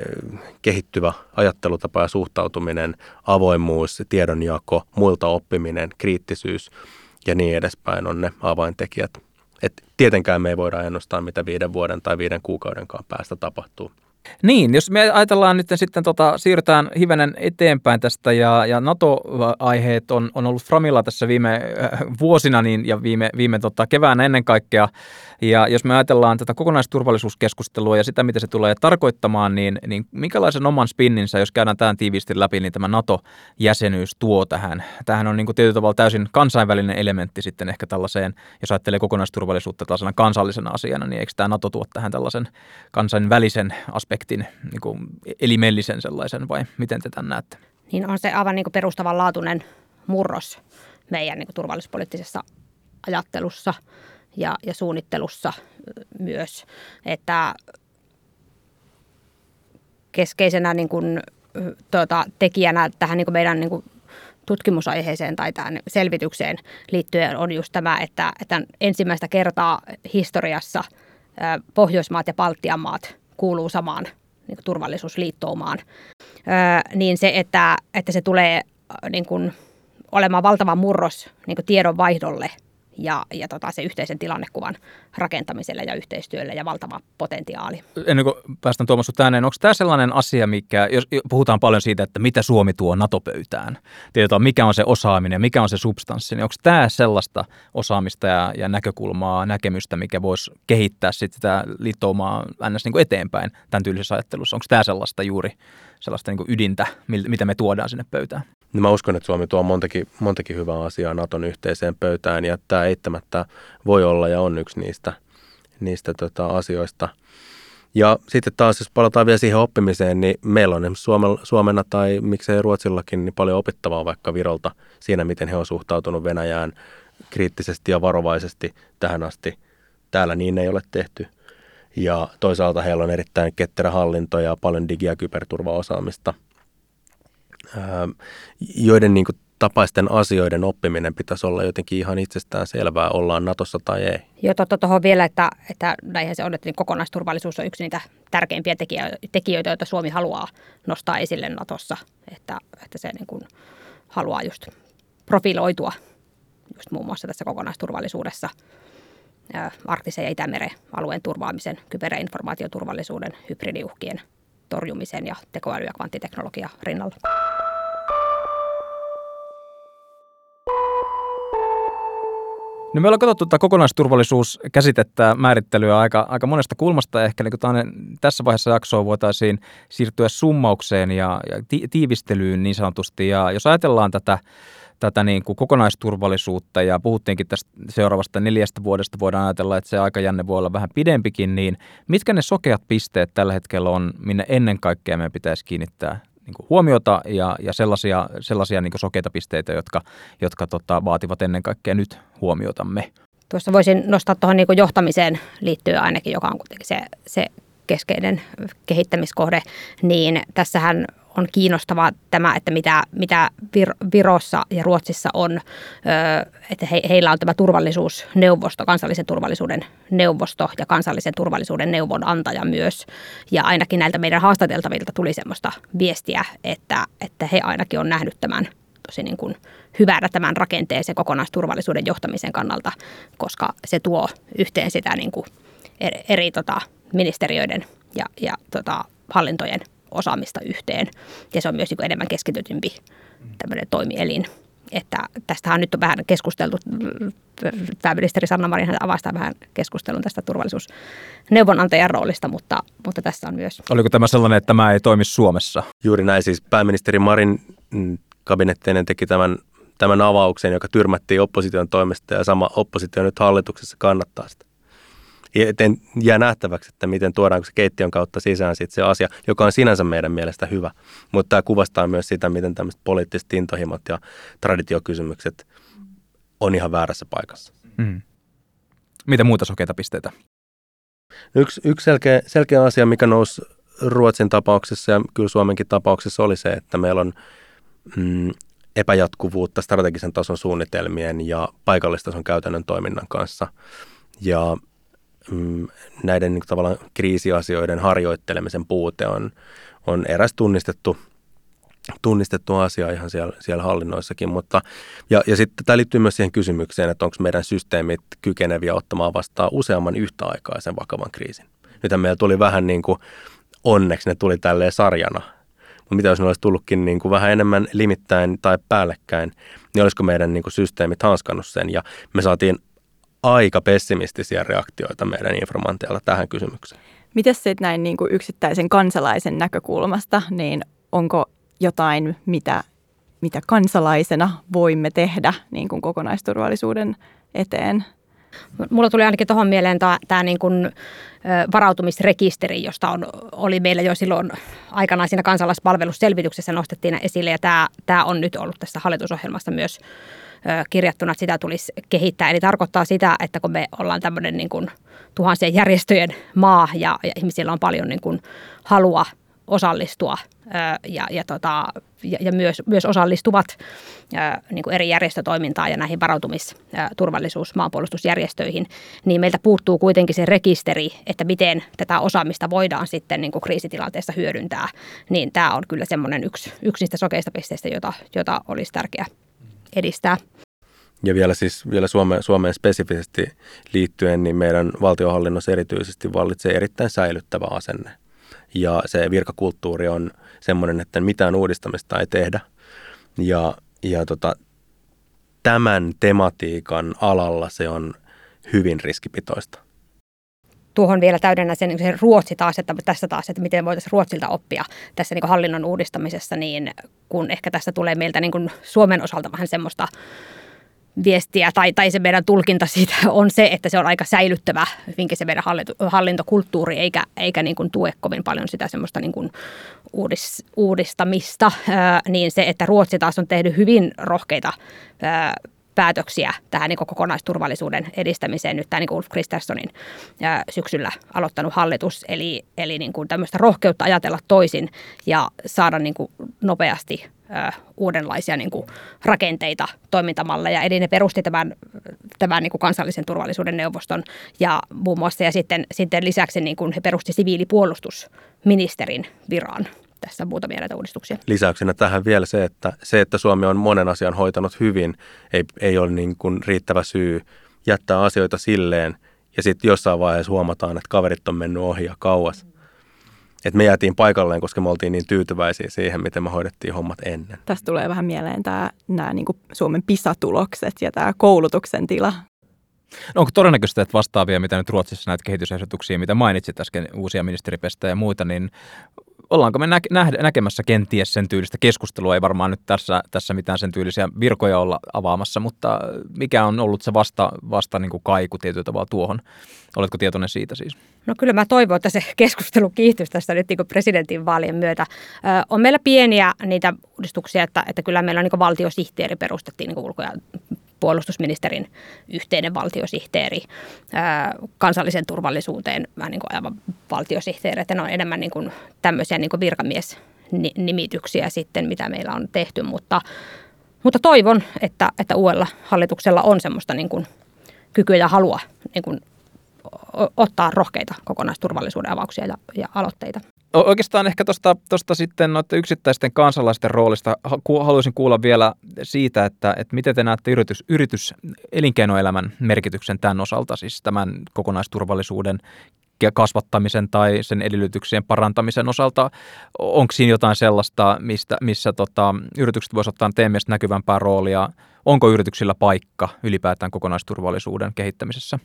kehittyvä ajattelutapa ja suhtautuminen, avoimuus, tiedonjako, muilta oppiminen, kriittisyys ja niin edespäin on ne avaintekijät. Et tietenkään me ei voida ennustaa, mitä viiden vuoden tai viiden kuukaudenkaan päästä tapahtuu. Niin, jos me ajatellaan nyt sitten, tota, siirrytään hivenen eteenpäin tästä ja, ja NATO-aiheet on, on ollut Framilla tässä viime äh, vuosina niin, ja viime, viime tota, keväänä ennen kaikkea. Ja jos me ajatellaan tätä kokonaisturvallisuuskeskustelua ja sitä, mitä se tulee tarkoittamaan, niin, niin minkälaisen oman spinninsä, jos käydään tämän tiiviisti läpi, niin tämä NATO-jäsenyys tuo tähän. Tämähän on niin kuin tietyllä tavalla täysin kansainvälinen elementti sitten ehkä tällaiseen, jos ajattelee kokonaisturvallisuutta tällaisena kansallisena asiana, niin eikö tämä NATO tuo tähän tällaisen kansainvälisen aspektin? Niin kuin elimellisen sellaisen vai miten te tämän näette? Niin on se aivan niin kuin perustavanlaatuinen murros meidän niin kuin turvallisuuspoliittisessa ajattelussa ja, ja suunnittelussa myös, että keskeisenä niin kuin, tuota, tekijänä tähän niin kuin meidän niin kuin tutkimusaiheeseen tai tähän selvitykseen liittyen on just tämä, että, että ensimmäistä kertaa historiassa Pohjoismaat ja Baltian maat kuuluu samaan niin kuin turvallisuusliittoumaan, niin se, että, että se tulee niin kuin olemaan valtava murros niin kuin tiedonvaihdolle ja, ja tota, se yhteisen tilannekuvan rakentamiselle ja yhteistyölle ja valtava potentiaali. Ennen kuin päästään Tuomas sut ääneen, onko tämä sellainen asia, mikä, jos puhutaan paljon siitä, että mitä Suomi tuo NATO-pöytään, tiedetään mikä on se osaaminen, mikä on se substanssi, niin onko tämä sellaista osaamista ja, ja näkökulmaa, näkemystä, mikä voisi kehittää sit sitä liittoumaa ns. Niin kuin eteenpäin tämän tyylisessä ajattelussa? Onko tämä sellaista juuri sellaista niin kuin ydintä, mitä me tuodaan sinne pöytään? No mä uskon, että Suomi tuo montakin, montakin hyvää asiaa Naton yhteiseen pöytään ja tämä eittämättä voi olla ja on yksi niistä, niistä tota, asioista. Ja sitten taas, jos palataan vielä siihen oppimiseen, niin meillä on esimerkiksi Suomena tai miksei Ruotsillakin niin paljon opittavaa vaikka Virolta siinä, miten he on suhtautunut Venäjään kriittisesti ja varovaisesti tähän asti. Täällä niin ei ole tehty. Ja toisaalta heillä on erittäin ketterä hallinto ja paljon digi- ja kyberturvaosaamista, joiden niin kuin tapaisten asioiden oppiminen pitäisi olla jotenkin ihan itsestään selvää, ollaan Natossa tai ei. Joo, totta tuohon vielä, että, että näinhän se on, että kokonaisturvallisuus on yksi niitä tärkeimpiä tekijöitä, joita Suomi haluaa nostaa esille Natossa, että, että se niin kuin haluaa just profiloitua just muun muassa tässä kokonaisturvallisuudessa, Arktisen ja Itämeren alueen turvaamisen, kyber- ja informaatioturvallisuuden, hybridiuhkien torjumisen ja tekoäly- ja kvanttiteknologia rinnalla. No me ollaan katsottu tätä kokonaisturvallisuuskäsitettä, määrittelyä aika, aika monesta kulmasta. Ehkä niin kuin tässä vaiheessa jaksoa voitaisiin siirtyä summaukseen ja, ja ti- tiivistelyyn niin sanotusti. Ja jos ajatellaan tätä, tätä niin kuin kokonaisturvallisuutta ja puhuttiinkin tästä seuraavasta neljästä vuodesta, voidaan ajatella, että se aikajänne voi olla vähän pidempikin, niin mitkä ne sokeat pisteet tällä hetkellä on, minne ennen kaikkea meidän pitäisi kiinnittää niin kuin huomiota ja, ja sellaisia, sellaisia niin kuin sokeita pisteitä, jotka, jotka tota, vaativat ennen kaikkea nyt huomiotamme. Tuossa voisin nostaa tuohon niin kuin johtamiseen liittyen ainakin, joka on kuitenkin se, se keskeinen kehittämiskohde, niin tässähän on kiinnostavaa tämä, että mitä, mitä Vir- Virossa ja Ruotsissa on, että he, heillä on tämä turvallisuusneuvosto, kansallisen turvallisuuden neuvosto ja kansallisen turvallisuuden neuvonantaja myös. Ja ainakin näiltä meidän haastateltavilta tuli semmoista viestiä, että, että he ainakin on nähnyt tämän tosi niin kuin hyvänä tämän rakenteeseen kokonaisturvallisuuden johtamisen kannalta, koska se tuo yhteen sitä niin kuin eri, eri tota, ministeriöiden ja, ja tota, hallintojen osaamista yhteen. Ja se on myös niin kuin enemmän keskitytympi tämmöinen toimielin. Että tästähän nyt on vähän keskusteltu, pääministeri Sanna Marin avastaa vähän keskustelun tästä turvallisuusneuvonantajan roolista, mutta, mutta tässä on myös. Oliko tämä sellainen, että tämä ei toimi Suomessa? Juuri näin, siis pääministeri Marin kabinetteinen teki tämän, tämän avauksen, joka tyrmättiin opposition toimesta ja sama oppositio nyt hallituksessa kannattaa sitä. Joten jää nähtäväksi, että miten tuodaanko se keittiön kautta sisään sit se asia, joka on sinänsä meidän mielestä hyvä. Mutta tämä kuvastaa myös sitä, miten tämmöiset poliittiset intohimot ja traditiokysymykset on ihan väärässä paikassa. Mm. Mitä muuta sokeita pisteitä? Yksi, yksi selkeä, selkeä asia, mikä nousi Ruotsin tapauksessa ja kyllä Suomenkin tapauksessa oli se, että meillä on mm, epäjatkuvuutta strategisen tason suunnitelmien ja paikallistason käytännön toiminnan kanssa. Ja näiden niin kuin, tavallaan kriisiasioiden harjoittelemisen puute on, on eräs tunnistettu, tunnistettu asia ihan siellä, siellä hallinnoissakin. Mutta, ja, ja sitten tämä liittyy myös siihen kysymykseen, että onko meidän systeemit kykeneviä ottamaan vastaan useamman yhtäaikaisen vakavan kriisin. Nythän meillä tuli vähän niin kuin, onneksi ne tuli tälleen sarjana. Mutta mitä jos ne olisi tullutkin niin kuin vähän enemmän limittäin tai päällekkäin, niin olisiko meidän niin kuin, systeemit hanskannut sen. Ja me saatiin aika pessimistisiä reaktioita meidän informantialla tähän kysymykseen. Miten sitten näin niin kuin yksittäisen kansalaisen näkökulmasta, niin onko jotain, mitä, mitä kansalaisena voimme tehdä niin kuin kokonaisturvallisuuden eteen? Mulla tuli ainakin tuohon mieleen tämä niin kuin varautumisrekisteri, josta on, oli meillä jo silloin aikanaan siinä kansalaispalvelusselvityksessä nostettiin esille, ja tämä, tämä on nyt ollut tässä hallitusohjelmassa myös kirjattuna, että sitä tulisi kehittää. Eli tarkoittaa sitä, että kun me ollaan tämmöinen niin kuin tuhansien järjestöjen maa ja, ja ihmisillä on paljon niin kuin halua osallistua ja, ja, tota, ja, ja myös, myös osallistuvat niin kuin eri järjestötoimintaan ja näihin varautumis-, turvallisuus-, maanpuolustusjärjestöihin, niin meiltä puuttuu kuitenkin se rekisteri, että miten tätä osaamista voidaan sitten niin kuin kriisitilanteessa hyödyntää. Niin tämä on kyllä semmoinen yksi, yksi niistä sokeista pisteistä, jota, jota olisi tärkeää edistää. Ja vielä siis vielä Suomeen, Suomeen spesifisesti liittyen, niin meidän valtionhallinnossa erityisesti vallitsee erittäin säilyttävä asenne. Ja se virkakulttuuri on semmoinen, että mitään uudistamista ei tehdä. Ja, ja tota, tämän tematiikan alalla se on hyvin riskipitoista. Tuohon vielä täydennä sen, se Ruotsi taas, että tässä taas, että miten voitaisiin Ruotsilta oppia tässä niin kuin hallinnon uudistamisessa, niin kun ehkä tässä tulee meiltä niin kuin Suomen osalta vähän semmoista viestiä, tai, tai se meidän tulkinta siitä on se, että se on aika säilyttävä, vinkin se meidän hallinto, hallintokulttuuri, eikä, eikä niin kuin tue kovin paljon sitä semmoista niin kuin uudis, uudistamista, ää, niin se, että Ruotsi taas on tehnyt hyvin rohkeita ää, päätöksiä tähän niin kuin kokonaisturvallisuuden edistämiseen. Nyt tämä niin kuin Ulf Kristerssonin ää, syksyllä aloittanut hallitus, eli, eli niin kuin tämmöistä rohkeutta ajatella toisin ja saada niin kuin nopeasti ää, uudenlaisia niin kuin rakenteita, toimintamalleja. Eli ne perusti tämän, tämän niin kuin kansallisen turvallisuuden neuvoston ja muun muassa, ja sitten, sitten lisäksi niin kuin he perusti siviilipuolustusministerin viran. Tässä on muutamia näitä uudistuksia. Lisäyksenä tähän vielä se, että se, että Suomi on monen asian hoitanut hyvin, ei, ei ole niin kuin riittävä syy jättää asioita silleen, ja sitten jossain vaiheessa huomataan, että kaverit on mennyt ohi ja kauas. Että me jäätiin paikalleen, koska me oltiin niin tyytyväisiä siihen, miten me hoidettiin hommat ennen. Tästä tulee vähän mieleen tämä, nämä niin kuin Suomen PISA-tulokset ja tämä koulutuksen tila. No onko todennäköistä, että vastaavia, mitä nyt Ruotsissa näitä kehitysehdotuksia, mitä mainitsit äsken, uusia ministeripestä ja muita, niin ollaanko me nä- nä- näkemässä kenties sen tyylistä keskustelua? Ei varmaan nyt tässä, tässä mitään sen tyylisiä virkoja olla avaamassa, mutta mikä on ollut se vasta, vasta niin kuin kaiku tietyllä tavalla tuohon? Oletko tietoinen siitä siis? No kyllä mä toivon, että se keskustelu kiihtyisi tästä nyt niin kuin presidentin vaalien myötä. Ö, on meillä pieniä niitä uudistuksia, että, että kyllä meillä on niin kuin valtiosihteeri perustettiin niin kuin ulko- ja puolustusministerin yhteinen valtiosihteeri, ää, kansallisen turvallisuuteen vähän niin kuin aivan valtiosihteeri, että ne on enemmän niin kuin tämmöisiä niin kuin virkamiesnimityksiä sitten, mitä meillä on tehty, mutta, mutta toivon, että, että uudella hallituksella on semmoista niin kuin kykyä ja halua niin kuin ottaa rohkeita kokonaisturvallisuuden avauksia ja, ja aloitteita. Oikeastaan ehkä tuosta sitten noiden yksittäisten kansalaisten roolista haluaisin kuulla vielä siitä, että, että miten te näette yritys, yritys elinkeinoelämän merkityksen tämän osalta, siis tämän kokonaisturvallisuuden kasvattamisen tai sen edellytyksien parantamisen osalta. Onko siinä jotain sellaista, mistä, missä tota, yritykset voisivat ottaa teidän mielestä näkyvämpää roolia? Onko yrityksillä paikka ylipäätään kokonaisturvallisuuden kehittämisessä?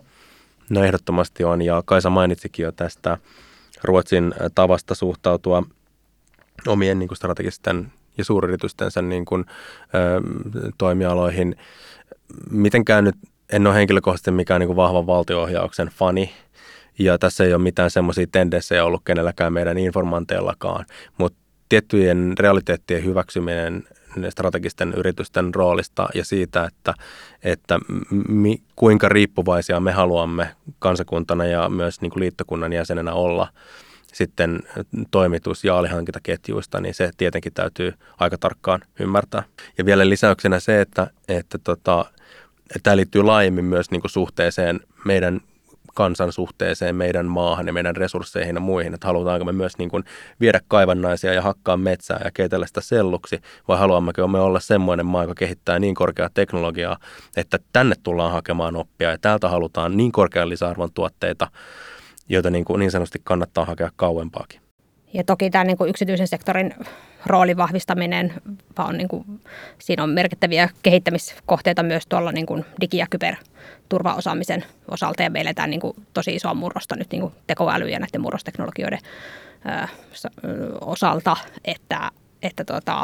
No ehdottomasti on, ja Kaisa mainitsikin jo tästä Ruotsin tavasta suhtautua omien niin kuin strategisten ja suuryritystensä niin kuin, ö, toimialoihin. Mitenkään nyt en ole henkilökohtaisesti mikään niin kuin vahvan valtio-ohjauksen fani, ja tässä ei ole mitään semmoisia tendenssejä ollut kenelläkään meidän informanteillakaan, mutta tiettyjen realiteettien hyväksyminen strategisten yritysten roolista ja siitä, että, että mi, kuinka riippuvaisia me haluamme kansakuntana ja myös niin kuin liittokunnan jäsenenä olla sitten toimitus- ja alihankintaketjuista, niin se tietenkin täytyy aika tarkkaan ymmärtää. Ja vielä lisäyksenä se, että, että tota, tämä liittyy laajemmin myös niin kuin suhteeseen meidän kansan suhteeseen meidän maahan ja meidän resursseihin ja muihin, että halutaanko me myös niin kuin viedä kaivannaisia ja hakkaa metsää ja keitellä sitä selluksi, vai haluammeko me olla semmoinen maa, joka kehittää niin korkeaa teknologiaa, että tänne tullaan hakemaan oppia ja täältä halutaan niin korkean lisäarvon tuotteita, joita niin, kuin niin sanotusti kannattaa hakea kauempaakin. Ja toki tämä niin kuin yksityisen sektorin roolin vahvistaminen, on niin kuin, siinä on merkittäviä kehittämiskohteita myös tuolla niin kuin digi- ja kyberturvaosaamisen osalta. Ja me eletään niin kuin tosi isoa murrosta nyt niin kuin tekoäly- ja näiden murrosteknologioiden ö, osalta, että, että tuota,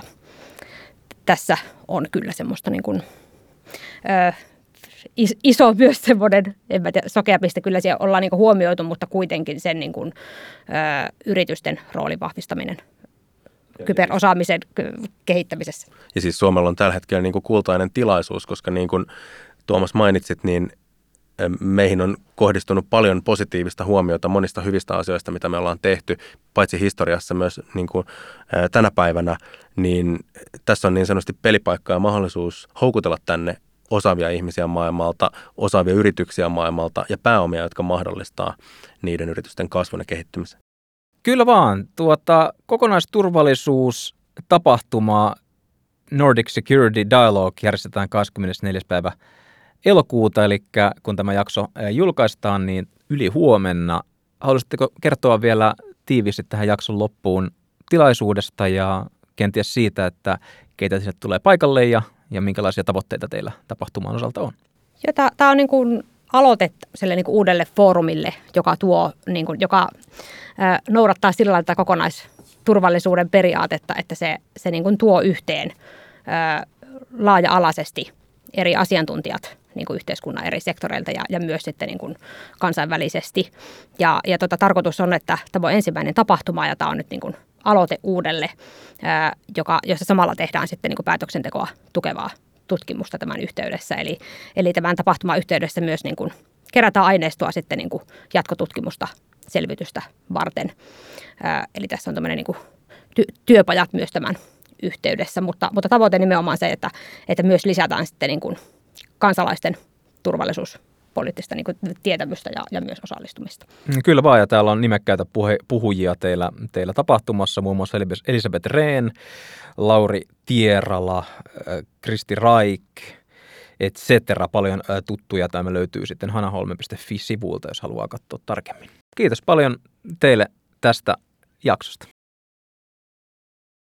tässä on kyllä semmoista niin kuin, ö, iso myös semmoinen, en mä tiedä, sokea piste, kyllä siellä ollaan niin kuin huomioitu, mutta kuitenkin sen niin kuin, ö, yritysten roolin vahvistaminen kyberosaamisen kehittämisessä. Ja siis Suomella on tällä hetkellä niin kuin kultainen tilaisuus, koska niin kuin Tuomas mainitsit, niin meihin on kohdistunut paljon positiivista huomiota monista hyvistä asioista, mitä me ollaan tehty, paitsi historiassa myös niin kuin tänä päivänä, niin tässä on niin sanotusti pelipaikka ja mahdollisuus houkutella tänne osaavia ihmisiä maailmalta, osaavia yrityksiä maailmalta ja pääomia, jotka mahdollistaa niiden yritysten kasvun ja kehittymisen. Kyllä vaan. Tuota, kokonaisturvallisuustapahtuma Nordic Security Dialogue järjestetään kahdeskymmenesneljäs päivä elokuuta, eli kun tämä jakso julkaistaan, niin yli huomenna. Haluaisitteko kertoa vielä tiiviisti tähän jakson loppuun tilaisuudesta ja kenties siitä, että keitä sinne tulee paikalle ja, ja minkälaisia tavoitteita teillä tapahtuman osalta on? Tämä on niin kuin aloite sille niin kuin uudelle foorumille, joka, tuo, niin kuin, joka ää, noudattaa sillä lailla kokonaisturvallisuuden periaatetta, että se, se niin kuin tuo yhteen ää, laaja-alaisesti eri asiantuntijat niin kuin yhteiskunnan eri sektoreilta ja, ja myös sitten niin kuin kansainvälisesti. Ja, ja tota, tarkoitus on, että tämä on ensimmäinen tapahtuma ja tämä on nyt niin kuin aloite uudelle, ää, joka, jossa samalla tehdään sitten niin kuin päätöksentekoa tukevaa tutkimusta tämän yhteydessä. Eli, eli tämän tapahtuman yhteydessä myös niin kuin kerätään aineistoa sitten niin kuin jatkotutkimusta, selvitystä varten. Ää, eli tässä on tämmöinen niin kuin ty- työpajat myös tämän yhteydessä, mutta, mutta tavoite nimenomaan se, että, että myös lisätään sitten niin kuin kansalaisten turvallisuuspoliittista niin kuin tietämystä ja, ja myös osallistumista. Kyllä vaan, ja täällä on nimekkäitä puhe, puhujia teillä, teillä tapahtumassa, muun muassa Elisabeth Rehn, Lauri Tierala, Kristi Raik, et cetera. Paljon tuttuja. Tämä löytyy sitten hanaholme piste fi-sivulta, jos haluaa katsoa tarkemmin. Kiitos paljon teille tästä jaksosta.